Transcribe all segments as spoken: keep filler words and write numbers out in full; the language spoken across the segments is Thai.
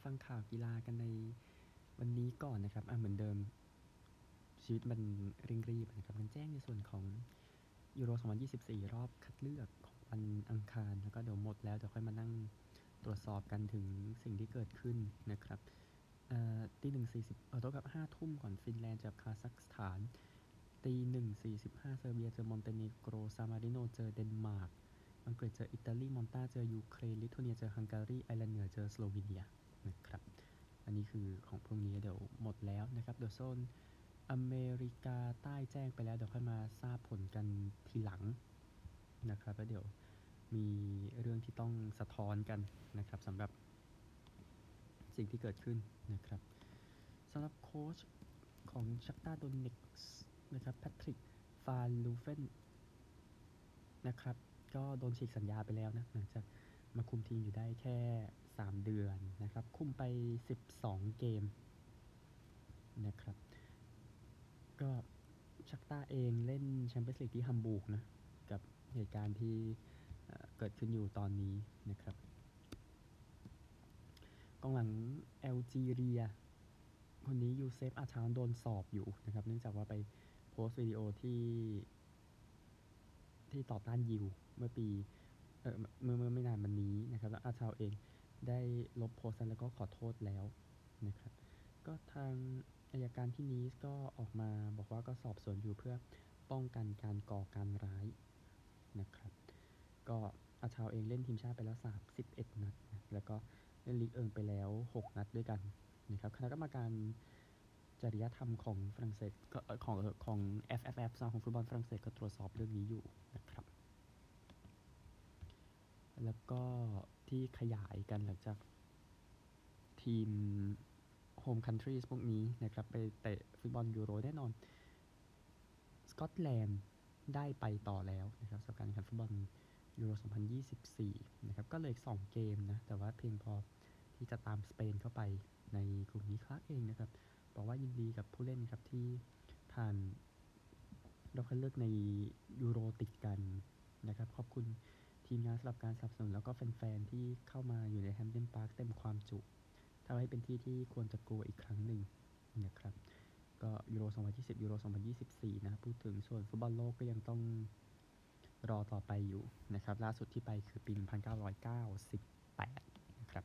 ฟังข่าวกีฬากันในวันนี้ก่อนนะครับอ่ะเหมือนเดิมชีวิตมันเร่งรีบนะครับกันแจ้งในส่วนของยูโร สองพันยี่สิบสี่ รอบคัดเลือกของวันอังคารแล้วก็เดี๋ยวหมดแล้วเดี๋ยวค่อยมานั่งตรวจสอบกันถึงสิ่งที่เกิดขึ้นนะครับเอ่อตีหนึ่งสี่สิบเออเท่ากับห้าทุ่มก่อนฟินแลนด์เจอคาซัคสถานตีหนึ่งสี่สิบห้าเซอร์เบียเจอมอนเตเนโกรซามาริโนเจอเดนมาร์กอังกฤษเจออิตาลีมอนตาเจอยูเครนลิทัวเนียเจอฮังการีไอร์แลนด์เหนือเจอสโลวีเนียนะครับอันนี้คือของพรุ่งนี้เดี๋ยวหมดแล้วนะครับเดี๋ยวโซนอเมริกาใต้แจ้งไปแล้วเดี๋ยวค่อยมาทราบผลกันทีหลังนะครับแล้วเดี๋ยวมีเรื่องที่ต้องสะท้อนกันนะครับสำหรับสิ่งที่เกิดขึ้นนะครับสำหรับโค้ชของชักตาโดเน็กส์นะครับแพทริกฟาลูเฟนนะครับก็โดนฉีกสัญญาไปแล้วนะหลังจากมาคุมทีมอยู่ได้แค่สามเดือนนะครับคุมไปสิบสองเกมนะครับก็ชักตาเองเล่นแชมเปี้ยนส์ลีกที่ฮัมบูร์กนะกับเหตุการณ์ที่เกิดขึ้นอยู่ตอนนี้นะครับกองหลังแอลจีเรียคนนี้ยูเซฟอาชานโดนสอบอยู่นะครับเนื่องจากว่าไปโพสต์วิดีโอที่ที่ต่อต้านยิวเมื่อปีเออเมื่อเมื่อไม่นานมานี้นะครับแล้วอาชาวเองได้ลบโพสต์นั้นแล้วก็ขอโทษแล้วนะครับก็ทางอัยการที่นีสก็ออกมาบอกว่าก็สอบสวนอยู่เพื่อป้องกันการก่อการร้ายนะครับก็อาชาวเองเล่นทีมชาติไปแล้วสามสิบเอ็ดนัดนะแล้วก็เล่นลีกเอิงไปแล้วหกนัดด้วยกันนะครับคณะกรรมการจริยธรรมของฝรั่งเศสก็ของของ เอฟ เอฟ เอฟ สมาคมฟุตบอลฝรั่งเศสก็ตรวจสอบเรื่องนี้อยู่นะครับแล้วก็ที่ขยายกันหลังจากทีมโฮมคันทรีพวกนี้นะครับไปเตะฟุตบอลยูโรแน่นอนสกอตแลนด์ได้ไปต่อแล้วนะครับสำหรับการแข่งขันฟุตบอลยูโร สองพันยี่สิบสี่ นะครับก็เลยสองเกมนะแต่ว่าเพียงพอที่จะตามสเปนเข้าไปในกลุ่มนี้คลาร์กเองนะครับบอกว่ายินดีกับผู้เล่นครับที่ผ่านรอบคัดเลือกในยูโรติดกันนะครับขอบคุณทีมงานสำหรับการสนับสนุนแล้วก็แฟนๆที่เข้ามาอยู่ในแฮมป์เดนพาร์คเต็มความจุทำให้เป็นที่ที่ควรจะกลัวอีกครั้งหนึ่งนะครับก็ยูโร สองพันยี่สิบ ยูโร สองพันยี่สิบสี่ นะพูดถึงส่วนฟุตบอลโลกก็ยังต้องรอต่อไปอยู่นะครับล่าสุดที่ไปคือปีหนึ่งพันเก้าร้อยเก้าสิบแปดนะครับ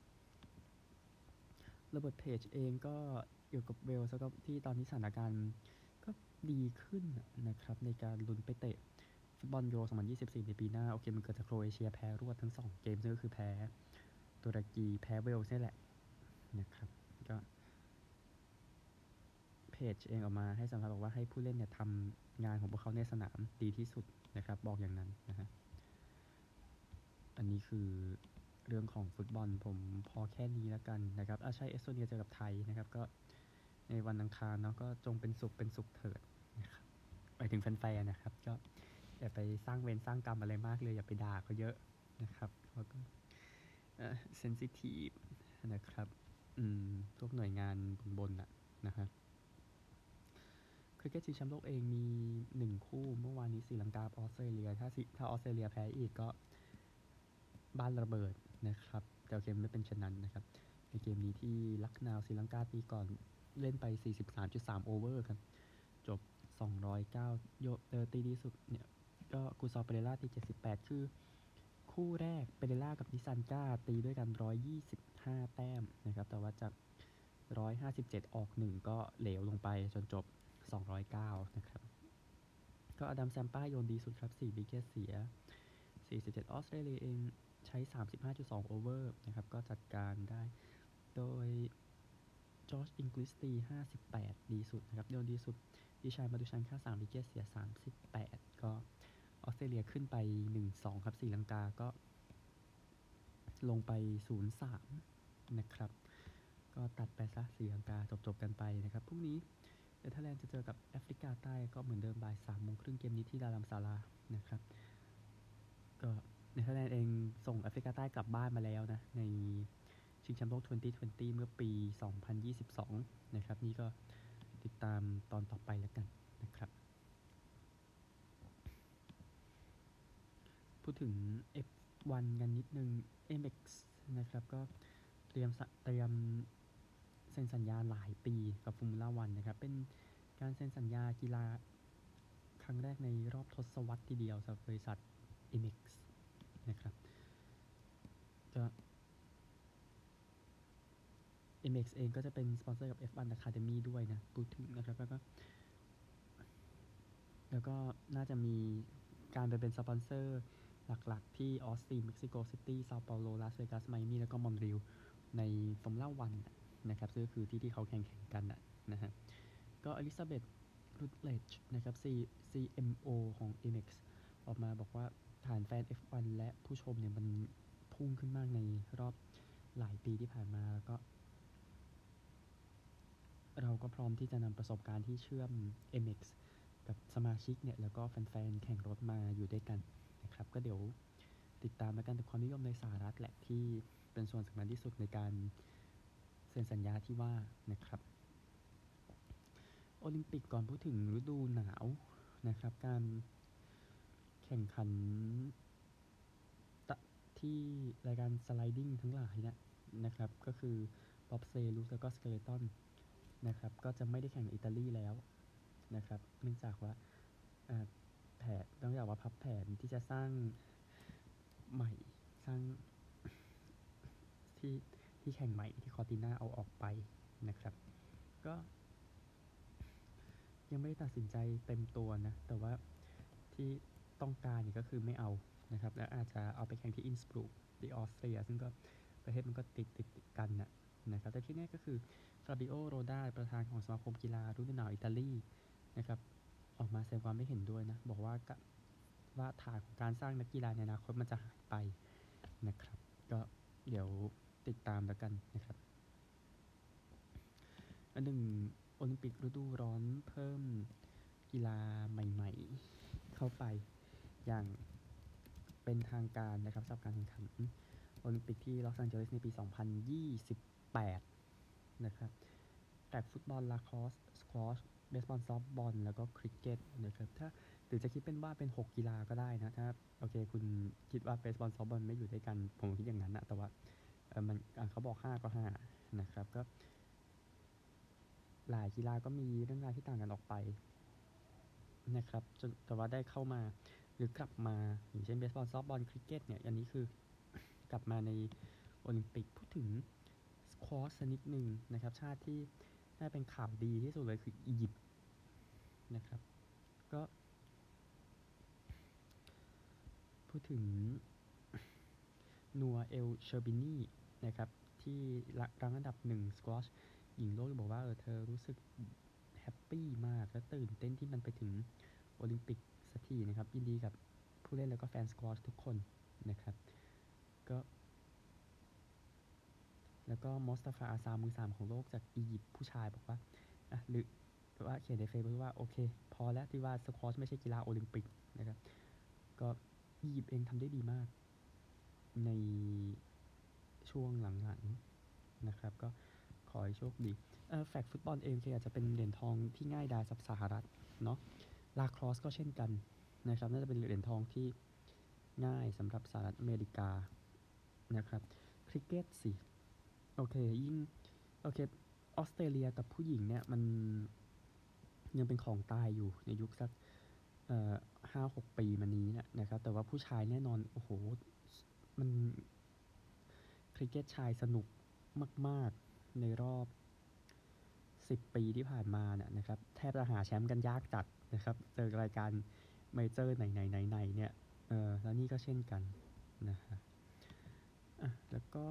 โรเบิร์ตเพจเองก็อยู่กับเวลส์แล้วก็ที่ตอนนี้สถานการณ์ก็ดีขึ้นนะครับในการลุ้นไปเตะฟุตบอลยูโร สองพันยี่สิบสี่ ในปีหน้าโอเคมันเกิดจากโครเอเชียแพ้รวดทั้งสองเกมซึ่งก็คือแพ้ตุรกีแพ้เวลส์นี่แหละนะครับก็เพจเองออกมาให้สัมภาษณ์บอกว่าให้ผู้เล่นเนี่ยทำงานของพวกเขาในสนามดีที่สุดนะครับบอกอย่างนั้นนะฮะอันนี้คือเรื่องของฟุตบอลผมพอแค่นี้แล้วกันนะครับอาใช่เอสโตเนียเจอกับไทยนะครับก็ในวันอังคารเนาะก็จงเป็นสุขเป็นสุขเถิดนะครับไปถึงแฟนๆนะครับก็อย่าไปสร้างเวรสร้างกรรมอะไรมากเลยอย่าไปด่าเขาเยอะนะครับเขาก็เซนซิทีฟนะครับอืมพวกหน่วยงานบนๆน่ะนะครับคริกเก็ตชิงแชมป์โลกเองมีหนึ่งคู่เมื่อวานนี้ศรีลังกาออสเตรเลียถ้าถ้าออสเตรเลียแพ้อีกก็บ้านระเบิดนะครับแต่โอเคไม่เป็นเช่นนั้นนะครับในเกมนี้ที่ลักนาวศรีลังกาตีก่อนเล่นไป สี่สิบสามจุดสาม โอเวอร์ครับจบสองร้อยเก้าโยเออตีดีสุดเนี่ยก็กูซอเปเรล่าตีเจ็ดสิบแปดคือคู่แรกเปเรล่ากับนิซันก้าตีด้วยกันหนึ่งร้อยยี่สิบห้าแต้มนะครับแต่ว่าจากหนึ่งร้อยห้าสิบเจ็ดออกหนึ่งก็เหลวลงไปจนจบสองร้อยเก้านะครับก็อดัมแซมป้าโยนดีสุดครับสี่วิกเก็ตเสียสี่สิบเจ็ดออสเตรเลียเองใช้ สามสิบห้าจุดสอง โอเวอร์นะครับก็จัดการได้โดยจอร์จอิงกลิสตีห้าสิบแปดดีสุดนะครับโยนดีสุดดิชัยมาดูชันค่าสามวิกเก็ตเสียสามสิบแปดก็ออสเตรเลียขึ้นไป หนึ่งสอง ครับศรีลังกาก็ลงไป ศูนย์สาม นะครับก็ตัดไปซะศรีลังกาจบๆกันไปนะครับพรุ่งนี้เนเธอร์แลนด์จะเจอกับแอฟริกาใต้ก็เหมือนเดิมบ่ายสามโมงครึ่งเกมนี้ที่ดารัมซาลานะครับก็เนเธอร์แลนด์เองส่งแอฟริกาใต้กลับบ้านมาแล้วนะในชิงแชมป์โลก ยี่สิบยี่สิบ เมื่อปี สองพันยี่สิบสอง นะครับนี่ก็ติดตามตอนต่อไปแล้วกันนะครับพูดถึง เอฟ วัน กันนิดนึง เอ็ม เอ็กซ์ นะครับก็เตรียมเตรียมเซ็นสัญญาหลายปีกับฟอร์มูล่าวันนะครับเป็นการเซ็นสัญญากีฬาครั้งแรกในรอบทศวรรษทีเดียวสำหรับบริษัท เอ็ม เอ็กซ์ นะครับก็ เอ็ม เอ็กซ์ เองก็จะเป็นสปอนเซอร์กับ เอฟ วัน Academy ด้วยนะพูดถึงนะครับแล้วก็แล้วก็น่าจะมีการไปเป็นสปอนเซอร์หลักๆที่ออสตินเม็กซิโกซิตี้เซาเปาโลลาสเวกัสไมอามี่แล้วก็มอนทรีออลในฟอร์มูล่าวันนะครับซึ่งก็คือที่ที่เขาแข่งแข่งกันนะฮะก็อลิซาเบธรูทเลจนะครับ ซี เอ็ม โอ ของ เอ็ม เอ็กซ์ ออกมาบอกว่าฐานแฟน เอฟ วัน และผู้ชมเนี่ยมันพุ่งขึ้นมากในรอบหลายปีที่ผ่านมาแล้วก็เราก็พร้อมที่จะนำประสบการณ์ที่เชื่อม เอ็ม เอ็กซ์ กับสมาชิกเนี่ยแล้วก็แฟนๆแข่งรถมาอยู่ด้วยกันนะครับก็เดี๋ยวติดตามแล้วกันถึงความนิยมในสหรัฐแหละที่เป็นส่วนสำคัญที่สุดในการเซ็นสัญญาที่ว่านะครับโอลิมปิกก่อนพูดถึงฤดูหนาวนะครับการแข่งขันที่รายการสไลดิ้งทั้งหลายเนี่ยนะครับก็คือบ๊อบเซย์ลูแล้วก็สเกเลตันนะครับก็จะไม่ได้แข่งในอิตาลีแล้วนะครับเนื่องจากว่าแผนต้องจากว่าพับแผนที่จะสร้างใหม่สร้างที่ที่แข่งใหม่ที่คอร์ติน่าเอาออกไปนะครับก็ยังไม่ได้ตัดสินใจเต็มตัวนะแต่ว่าที่ต้องการเนี่ยก็คือไม่เอานะครับแล้วอาจจะเอาไปแข่งที่อินสบรูกที่ออสเตรียซึ่งก็ประเทศมันก็ติดติดกันนะนะครับแต่ที่นี่ก็คือฟาบิโอโรดาประธานของสมาคมกีฬาฤดูหนาวอิตาลีนะครับออกมาแสดงความไม่เห็นด้วยนะบอกว่าว่าฐานของการสร้างนักกีฬาในอนาคตมันจะหายไปนะครับก็เดี๋ยวติดตามแล้วกันนะครับอันหนึ่งโอลิมปิกฤดูร้อนเพิ่มกีฬาใหม่ๆเข้าไปอย่างเป็นทางการนะครับสำหรับการแข่งขันโอลิมปิกที่ลอสแอนเจลิสในปี สองพันยี่สิบแปด นะครับแตกฟุตบอลลาครอสสควอชเบสบอลซอฟต์บอลแล้วก็คริกเก็ตนะครับถ้าหรือจะคิดเป็นว่าเป็นหกกีฬาก็ได้นะถ้าโอเคคุณคิดว่าเบสบอลซอฟต์บอลไม่อยู่ด้วยกันผมคิดอย่างนั้นนะแต่ว่าเออมันเขาบอกห้าก็ห้านะครับก็หลายกีฬาก็มีเรื่องราวที่ต่างกันออกไปนะครับจนแต่ว่าได้เข้ามาหรือกลับมาอย่างเช่นเบสบอลซอฟต์บอลคริกเก็ตเนี่ยอันนี้คือกลับมาในโอลิมปิกพูดถึงสควอชสักนิดหนึ่งนะครับชาติที่น่าเป็นข่าวดีที่สุดเลยคืออียิปต์นะครับก็พูดถึงนัวเอลเชอร์บินีนะครับที่รั้งอันดับหนึ่งสควอชหญิงโลกบอกว่าเออเธอรู้สึกแฮปปี้มากและตื่นเต้นที่มันไปถึงโอลิมปิกสักทีนะครับยินดีกับผู้เล่นแล้วก็แฟนสควอชทุกคนนะครับก็แล้วก็มอสตาฟาอาซามือสามของโลกจากอียิปต์ผู้ชายบอกว่าอ่ะหรือว่าเขียนในเฟซบุ๊กว่าโอเคพอแล้วที่ว่าสควอชไม่ใช่กีฬาโอลิมปิกนะครับก็อียิปต์เองทำได้ดีมากในช่วงหลังๆนะครับก็ขอให้โชคดีเออแฟกฟุตบอลเองคืออาจจะเป็นเหรียญทองที่ง่ายดายสำหรับสหรัฐเนาะลาครอสก็เช่นกันนะครับน่าจะเป็นเหรียญทองที่ง่ายสำหรับสหรัฐอเมริกานะครับคริกเก็ตสิโอเคยิ่งโอเคออสเตรเลียกับผู้หญิงเนี่ยมันยังเป็นของตายอยู่ในยุคสักเอ่อห้าหกปีมานี้นะนะครับแต่ว่าผู้ชายแน่นอนโอ้โหมันคริกเก็ตชายสนุกมากๆในรอบสิบปีที่ผ่านมาเนี่ยนะครับแทบจะหาแชมป์กันยากจัดนะครับเจอรายการเมเจอร์ไหนๆไหนๆเนี่ยเออแล้วนี่ก็เช่นกันนะฮะอ่ะแล้วก็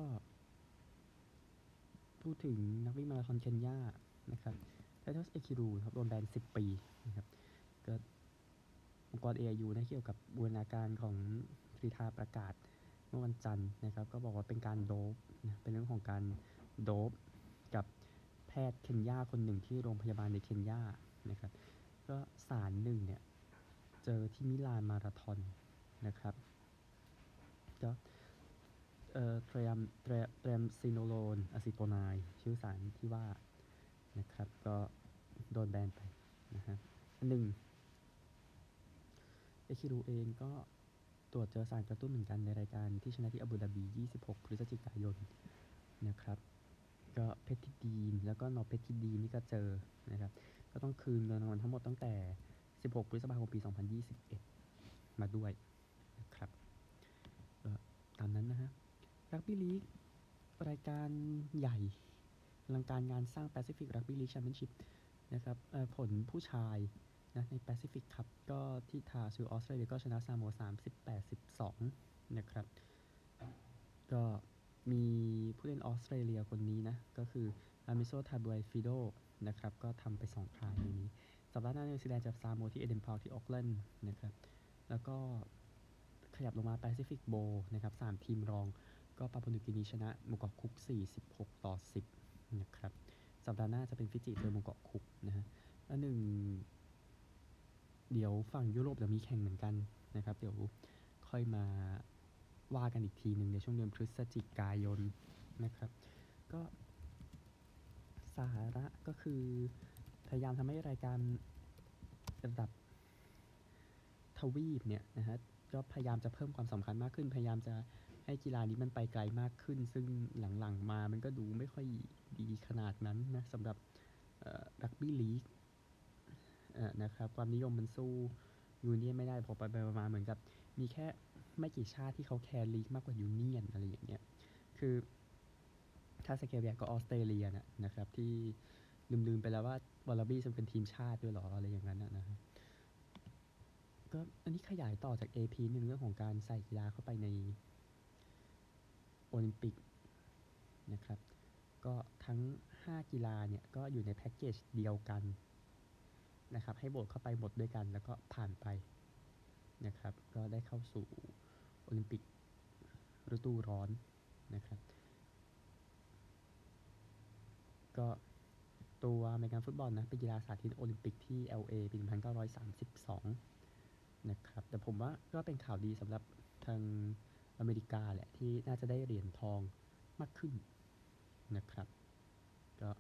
พูดถึงนักวิ่งมาราธอนเคนยานะครับไททัสเอคิรูครับโดนแบนสิบปีนะครับก็องค์กร เอ ไอ ยู ได้เกี่ยวกับบูรณาการของกรีฑาประกาศเมื่อวันจันทร์นะครับก็บอกว่าเป็นการโดปนะเป็นเรื่องของการโดปกับแพทย์เคนยาคนหนึ่งที่โรงพยาบาลในเคนยานะครับก็สารหนึ่งเนี่ยเจอที่มิลานมาราธอนนะครับก็เอ่อเทรมเทรเทรมซิโนโลนอะซิโตไนชื่อสารที่ว่านะครับก็โดนแบนไปนะฮะอันหนึ่งเอคิรูเองก็ตรวจเจอสารกระตุ้นเหมือนกันในรายการที่ชนะที่อาบูดาบียี่สิบหกพฤศจิกายนนะครับก็เพชรทิดีนแล้วก็นอร์เพชรทิดีนนี่ก็เจอนะครับก็ต้องคืนเงินรางวัลทั้งหมดตั้งแต่สิบหกพฤษภาคมปีสองพันยี่สิบเอ็ดมาด้วยนะครับก็ตามนั้นนะฮะรักบี้ลีกรายการใหญ่อลังการงานสร้าง Pacific Rugby League Championship นะครับผลผู้ชายนะในแปซิฟิกครับก็ที่ทาซูออสเตรเลียก็ชนะซาโมสามสิบแปดสิบสองนะครับก็มีผู้เล่นออสเตรเลียคนนี้นะก็คืออามิโซทาบวยฟิโดนะครับก็ทำไปสองครั้งในนี้สัปดาห์หน้านิวซีแลนด์จะซาโมที่เอเดนพาวที่ออกแลนด์นะครับแล้วก็ขยับลงมาแปซิฟิกโบนะครับสามทีมรองก็ปาปัวนิวกินีชนะหมู่เกาะคุกสี่สิบหกต่อสิบนะครับสัปดาห์หน้าจะเป็นฟิจิเจอหมู่เกาะคุกนะฮะแล้วหนึ่งเดี๋ยวฝั่งยุโรปเดี๋ยวมีแข่งเหมือนกันนะครับเดี๋ยวค่อยมาว่ากันอีกทีหนึ่งในช่วงเดือนพฤศจิกายนนะครับก็สาระก็คือพยายามทำให้รายการระดับทวีปเนี่ยนะฮะก็พยายามจะเพิ่มความสำคัญมากขึ้นพยายามจะให้กีฬานี้มันไปไกลมากขึ้นซึ่งหลังๆมามันก็ดูไม่ค่อยดีขนาดนั้นนะสำหรับรักบี้ลีกนะครับความนิยมมันสู้ยูเนียนไม่ได้พอไปไปมาเหมือนกับมีแค่ไม่กี่ชาติที่เขาแคร์ลีกมากกว่ายูเนียนอะไรอย่างเงี้ยคือถ้าสเกลใหญ่ก็ออสเตรเลียนะนะครับที่ลืมๆไปแล้วว่าวอลเลย์บอลเป็นทีมชาติด้วยหรออะไรอย่างนั้นนะฮะก็อันนี้ขยายต่อจาก เอ พี หนึ่งเรื่องของการใส่กีฬาเข้าไปในโอลิมปิกนะครับก็ทั้งห้ากีฬาเนี่ยก็อยู่ในแพ็กเกจเดียวกันนะครับให้โหวตเข้าไปหมดด้วยกันแล้วก็ผ่านไปนะครับก็ได้เข้าสู่โอลิมปิกฤดูร้อนนะครับก็ตัวอเมริกันฟุตบอลนะเป็นกีฬาสาธิตโอลิมปิกที่ แอล เอ ปีหนึ่งพันเก้าร้อยสามสิบสองนะครับแต่ผมว่าก็เป็นข่าวดีสำหรับทางอเมริกาแหละที่น่าจะได้เหรียญทองมากขึ้นนะครับก็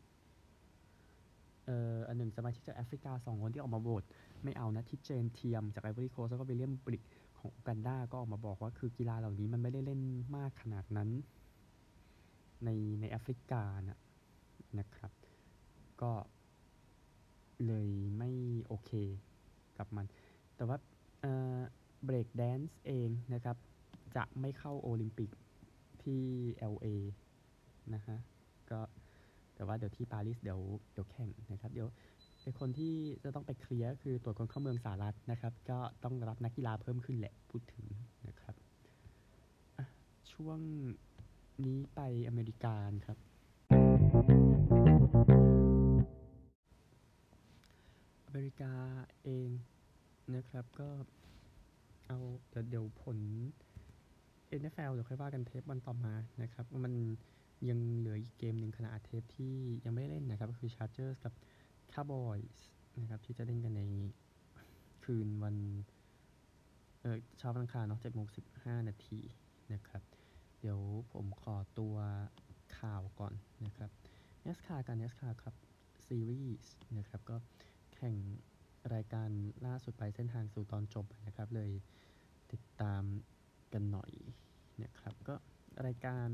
เอ่ออันหนึ่งสมาชิกจากแอฟริกาสองคนที่ออกมาโหวตไม่เอานะทิเจนเทียมจากไอวอรี่โคสต์แล้วก็วิลเลียมบริกของอูกันดาก็ออกมาบอกว่าคือกีฬาเหล่านี้มันไม่ได้เล่นมากขนาดนั้นในในแอฟริกานะนะครับก็เลยไม่โอเคกับมันแต่ว่าเอ่อเบรกแดนซ์เองนะครับจะไม่เข้าโอลิมปิกที่ แอล เอ นะฮะก็แต่ว่าเดี๋ยวที่ปารีสเดี๋ยวเดี๋ยวแข่งนะครับเดี๋ยวเป็นคนที่จะต้องไปเคลียร์คือตรวจคนเข้าเมืองสหรัฐนะครับก็ต้องรับนักกีฬาเพิ่มขึ้นแหละพูดถึงนะครับช่วงนี้ไปอเมริกาครับอเมริกาเองนะครับก็เอาเดี๋ยวเดี๋ยวผล เอ็น เอฟ แอล เดี๋ยวค่อยว่ากันเทปวันต่อมานะครับมันยังเหลืออีกเกมหนึ่งขณะอัดเทปที่ยังไม่เล่นนะครับก็คือ Chargers กับ Cowboys นะครับที่จะเล่นกันในคืนวันเออเช้าวันอังคารเนาะเจ็ดโมงสิบห้านาทีนะครับเดี๋ยวผมขอตัวข่าวก่อนนะครับ NASCAR กับ NASCAR ครับซีรีส์นะครับก็แข่งรายการล่าสุดไปเส้นทางสู่ตอนจบนะครับเลยติดตามกันหน่อยนะครับก็รายการ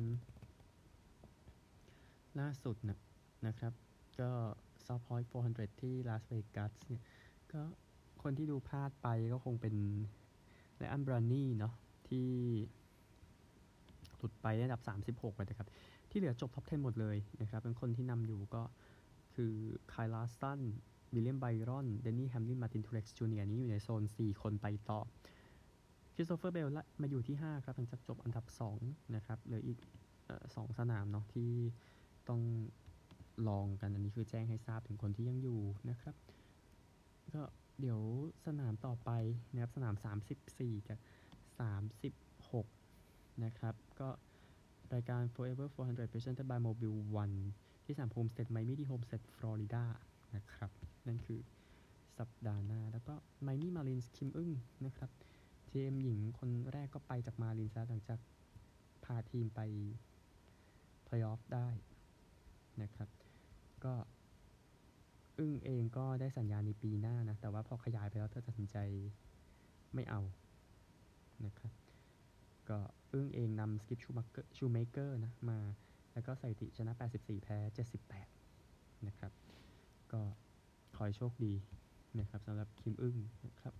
ล่าสุดนะนะครับก็ South Pointสี่ร้อยที่ลาสเวกัสเนี่ยก็คนที่ดูพลาดไปก็คงเป็นไลออนบรานนี่เนาะที่หลุดไปได้อันดับสามสิบหกเลยนะครับที่เหลือจบท็อปสิบหมดเลยนะครับเป็นคนที่นำอยู่ก็คือไคลลาสตันวิลเลียมไบรอนเดนนี่แฮมลินมาร์ตินทูเร็กซ์จูเนียร์นี้อยู่ในโซนสี่คนไปต่อคริสโตเฟอร์เบลมาอยู่ที่ห้าครับหลังจากจบอันดับสองนะครับเหลืออีกสองสนามเนาะที่ต้องลองกันอันนี้คือแจ้งให้ทราบถึงคนที่ยังอยู่นะครับก็เดี๋ยวสนามต่อไปนะครับสนามสามสิบสี่กับสามสิบหกนะครับก็รายการ Forever สี่ร้อย Presented by Mobile One ที่สนามโฮมสเตดไมอามี่ที่โฮมสเตดฟลอริดานะครับนั่นคือสัปดาห์หน้าแล้วก็ไมอามี่มารินส์คิมอึ้งนะครับ ที เอ็ม หญิงคนแรกก็ไปจากมารินส์หลังจากพาทีมไปเพลย์ออฟได้นะครับก็อึ้งเองก็ได้สัญญาในปีหน้านะแต่ว่าพอขยายไปแล้วเธอตัดสินใจไม่เอานะครับก็อึ้งเองนำสกิปชูเมเกอร์นะมาแล้วก็สถิติชนะแปดสิบสี่แพ้เจ็ดสิบแปดนะครับก็ขอให้โชคดีนะครับสำหรับคิมอึ้งนะครับ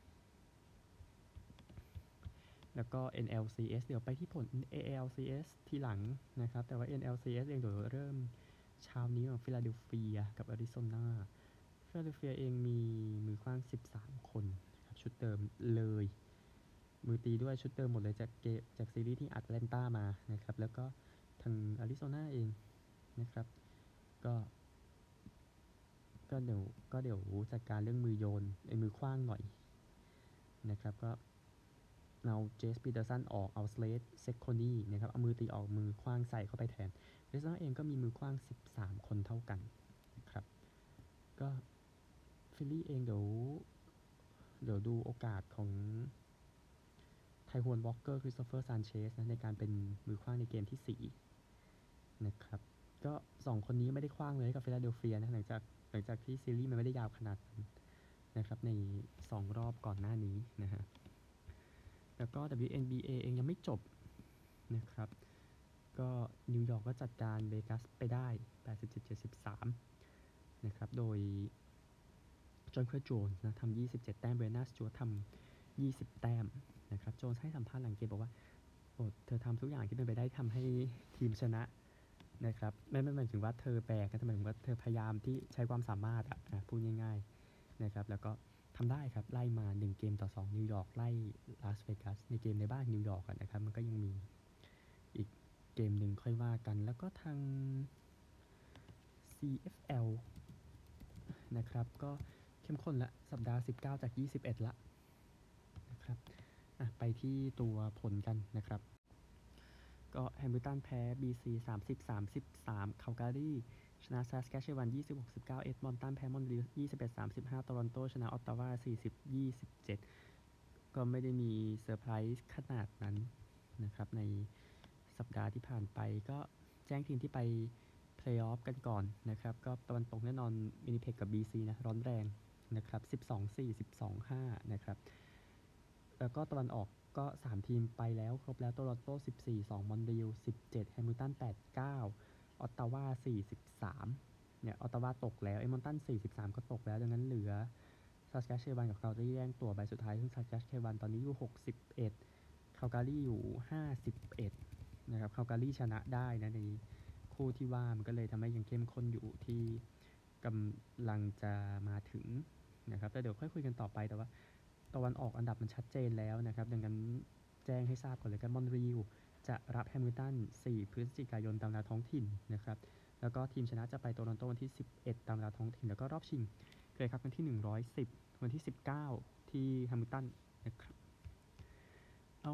แล้วก็ เอ็น แอล ซี เอส เดี๋ยวไปที่ผล เอ แอล ซี เอส ทีหลังนะครับแต่ว่า เอ็น แอล ซี เอส เองเดี๋ยวเริ่มเช้านี้ของฟิลาเดลเฟียกับอาริโซนาฟิลาเดลเฟียเองมีมือขว้างสิบสามคนครับชุดเดิมเลยมือตีด้วยชุดเดิมหมดเลยจากเกจากซีรีส์ที่แอตแลนตามานะครับแล้วก็ทางอาริโซนาเองนะครับก็ก็เดี๋ยวก็เดี๋ยวจัดการเรื่องมือโยนไอ้มือขว้างหน่อยนะครับก็เอาเจสปีเตอร์สันออกเอาสเลดเซคโคนีนะครับเอามือตีออกมือขว้างใส่เข้าไปแทนอาริโซนาเองก็มีมือขว้างสิบสามคนเท่ากันนะครับก็ฟิลลี่เองเดี๋ยวเดี๋ยวดูโอกาสของไทฮวนวอลเกอร์คริสโตเฟอร์ซานเชสนะในการเป็นมือขว้างในเกมที่สี่นะครับก็สองคนนี้ไม่ได้ขว้างเลยกับฟิลาเดลเฟียนะหลังจากหลังจากที่ซีรีส์มันไม่ได้ยาวขนาดนั้นนะครับในสองรอบก่อนหน้านี้นะฮะแล้วก็ ดับเบิลยู เอ็น บี เอ เองยังไม่จบนะครับก็นิวยอร์กก็จัดการเวกัสไปได้แปดสิบเจ็ด เจ็ดสิบสามนะครับโดยจอห์นเคอร์โจนส์นะทำยี่สิบเจ็ดแต้มเบรน่าสจ๊วตทำยี่สิบแต้มนะครับโจนส์ให้สัมภาษณ์หลังเกมบอกว่าโอ้เธอทำทุกอย่างที่เป็นไปได้ทำให้ทีมชนะนะครับไม่ไม่หมายถึงว่าเธอแบกนะแต่หมายถึงว่าเธอพยายามที่ใช้ความสามารถอะอ่ะพูดง่ายๆนะครับแล้วก็ทำได้ครับไล่มาหนึ่งเกมต่อสองนิวยอร์กไล่ลาสเวกัสในเกมในบ้านนิวยอร์กนะครับมันก็ยังมีอีกเกมหนึ่งค่อยว่ากันแล้วก็ทาง ซี เอฟ แอล นะครับก็เข้มข้นละสัปดาห์สิบเก้าจากยี่สิบเอ็ดละนะครับอ่ะไปที่ตัวผลกันนะครับก็แฮมิลตันแพ้ บี ซี สามสิบ สามสิบสามคัลการีชนะซัสแคชเชวัน ยี่สิบหก สิบเก้า เอ็ดมอนตันแพ้มอนทรีออล ยี่สิบเอ็ด สามสิบห้า โตรอนโตชนะออตตาวา สี่สิบ ยี่สิบเจ็ด ก็ไม่ได้มีเซอร์ไพรส์ขนาดนั้นนะครับในสัปดาห์ที่ผ่านไปก็แจ้งทีมที่ไปเพลย์ออฟกันก่อนนะครับก็ตะวันตกแน่นอนวินิเพกกับ บี ซี นะร้อนแรงนะครับสิบสอง สี่ สิบสอง ห้านะครับแล้วก็ตะวันออกก็สามทีมไปแล้วครบแล้วโตรอนโตสิบสี่ สอง มอนทรีออลสิบเจ็ดแฮมิลตันแปด เก้าออตตาวาสี่สิบสามเนี่ยออตตาวาตกแล้วเอดมอนตันสี่สิบสามก็ตกแล้วดังนั้นเหลือซัสแคชเชวันกับคาลการีแย่งตัวใบสุดท้ายซึ่งซัสแคชเชวันตอนนี้อยู่หกสิบเอ็ดคาลการีอยู่ห้าสิบเอ็ดนะครับคาลการีชนะได้นะในคู่ที่ว่ามันก็เลยทำให้ยังเข้มข้นอยู่ที่กำลังจะมาถึงนะครับแต่เดี๋ยวค่อยคุยกันต่อไปแต่ว่าตะวันออกอันดับมันชัดเจนแล้วนะครับดังนั้นแจ้งให้ทราบก่อนเลยกันมอนทรีออลจะรับแฮมิลตันสี่พฤศจิกายนตามเวลาท้องถิ่นนะครับแล้วก็ทีมชนะจะไปโตรอนโตวันที่สิบเอ็ดตามเวลาท้องถิ่นแล้วก็รอบชิงเคยครับวันที่หนึ่งร้อยสิบวันที่สิบเก้าที่แฮมิลตันนะครับเอา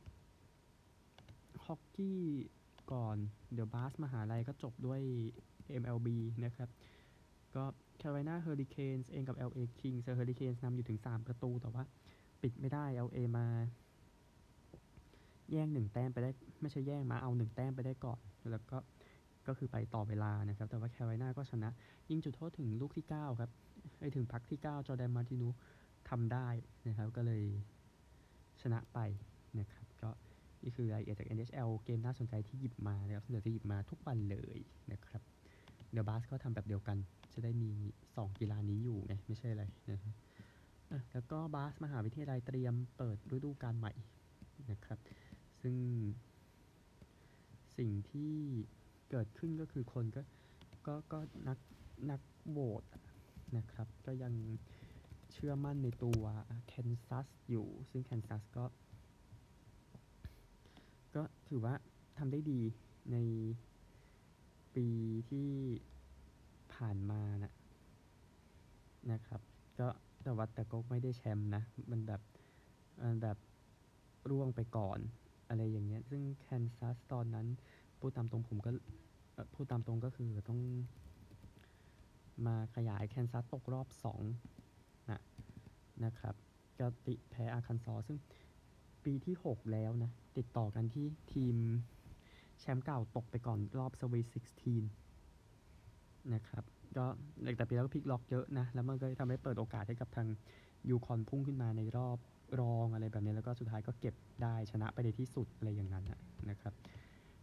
ฮอกกี้ก่อนเดี๋ยวบาสมหาลัยก็จบด้วย เอ็ม แอล บี นะครับก็ Carolina Hurricanes เองกับ แอล เอ Kings Hurricanes นำอยู่ถึงสามประตูแต่ว่าปิดไม่ได้ แอล เอ มาแย่งหนึ่งแต้มไปได้ไม่ใช่แย่งมาเอาหนึ่งแต้มไปได้ก่อนแล้วก็ก็คือไปต่อเวลานะครับแต่ว่า Carolina ก็ชนะยิงจุดโทษถึงลูกที่เก้าครับไปถึงพักที่เก้าจอร์แดนมาร์ตินูทำได้นะครับก็เลยชนะไปนะครับก็นี่คือรายละเอียดจาก เอ็น เอช แอล เกมน่าสนใจที่หยิบมานะครับเดี๋ยวจะหยิบมาทุกวันเลยนะครับเดี๋ยวบาสก็ทำแบบเดียวกันจะได้มีสองกีฬานี้อยู่ไงไม่ใช่อะไรนะฮะแล้วก็บาสมหาวิทยาลัยเตรียมเปิดฤดูกาลใหม่นะครับซึ่งสิ่งที่เกิดขึ้นก็คือคนก็ก็ก็นักนักโหวตนะครับก็ยังเชื่อมั่นในตัวแคนซัสอยู่ซึ่งแคนซัสก็ก็ถือว่าทำได้ดีในปีที่ผ่านมานะนะครับก็แต่ว่าแต่ก็ไม่ได้แชมป์นะมันแบบมันแบบร่วงไปก่อนอะไรอย่างเงี้ยซึ่งแคนซัสตอนนั้นพูดตามตรงผมก็พูดตามตรงก็คือต้องมาขยายแคนซัสตกรอบสองนะนะครับก็ติแพ้อาร์คันซอซึ่งปีที่หกแล้วนะติดต่อกันที่ทีมแชมป์เก่าตกไปก่อนรอบสวีทสิกทีนนะครับก็แต่ปีแล้วก็พลิกล็อกเยอะนะแล้วมันก็ทำให้เปิดโอกาสให้กับทางยูคอนพุ่งขึ้นมาในรอบรองอะไรแบบนี้แล้วก็สุดท้ายก็เก็บได้ชนะไปในที่สุดอะไรอย่างนั้นนะครับแต่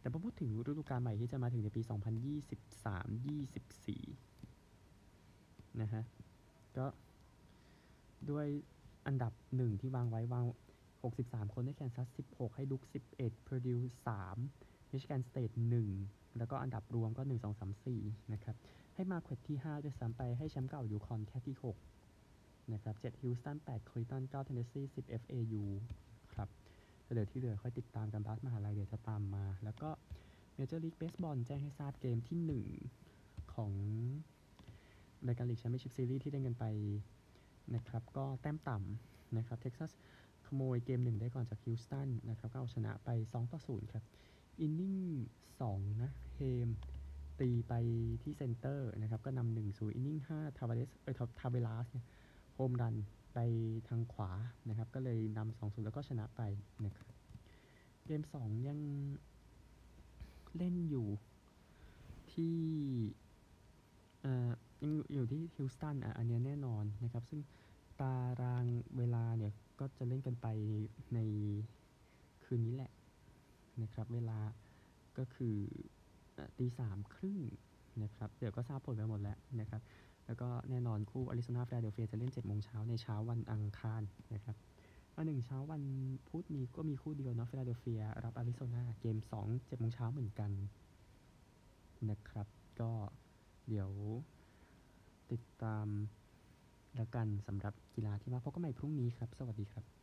แต่พอพูดถึงฤดูกาลใหม่ที่จะมาถึงในปี สองพันยี่สิบสาม ยี่สิบสี่ นะฮะ ก็ด้วยอันดับหนึ่งที่วางไว้วาง หกสิบสาม คนให้แคนซัส สิบหก ให้ดุก สิบเอ็ด เพอร์ดิว สาม มิชิแกนสเตท หนึ่ง แล้วก็อันดับรวมก็ หนึ่ง สอง สาม สี่ นะครับ ให้มาเควดที่ ห้า ด้วยซ้ำไป ให้แชมป์เก่ายูคอนแค่ที่ หก นะครับ เจ็ด ฮิลสตัน แปด คลิฟตัน เก้า เทนเนสซี สิบ เอฟ เอ ยู ครับเดี๋ยวที่เหลือค่อยติดตามกันบาสมหาลัยเดี๋ยวจะตามมา แล้วก็เมเจอร์ลีกเบสบอลแจ้งให้ทราบเกมที่ หนึ่ง ของรายการลีกแชมเปี้ยนชิพซีรีส์ที่เล่นกันไปนะครับก็แต้มต่ำนะครับเท็กซัสขโมยเกมหนึ่งได้ก่อนจากฮิลสตันนะครับก็เอาชนะไปสองต่อศูนย์ครับอินนิ่งสองนะเฮมตีไปที่เซนเตอร์นะครับก็นำหนึ่งสู่อินนิ่งห้าทาวาเรสเออทาวเวลาสเนี่ยโฮมรันไปทางขวานะครับก็เลยนำสองศูนย์แล้วก็ชนะไปนะครับเกมสองยังเล่นอยู่ที่เอ่อยังอยู่ที่ฮิลสตันอ่ะอันนี้แน่นอนนะครับซึ่งตารางเวลาเนี่ยก็จะเล่นกันไปในคืนนี้แหละนะครับเวลาก็คือตีสามครึ่งนะครับเดี๋ยวก็ทราบผลไปหมดแล้วนะครับแล้วก็แน่นอนคู่อาริโซนาฟิลาเดลเฟียจะเล่นเจ็ดโมงเช้าในเช้าวันอังคารนะครับอันหนึ่งเช้าวันพุธมีก็มีคู่เดียวเนาะฟิลาเดลเฟียรับอาริโซนาเกมสองเจ็ดโมงเช้าเหมือนกันนะครับก็เดี๋ยวติดตามแล้วกันสำหรับกีฬาที่มาพบกันใหม่พรุ่งนี้ครับสวัสดีครับ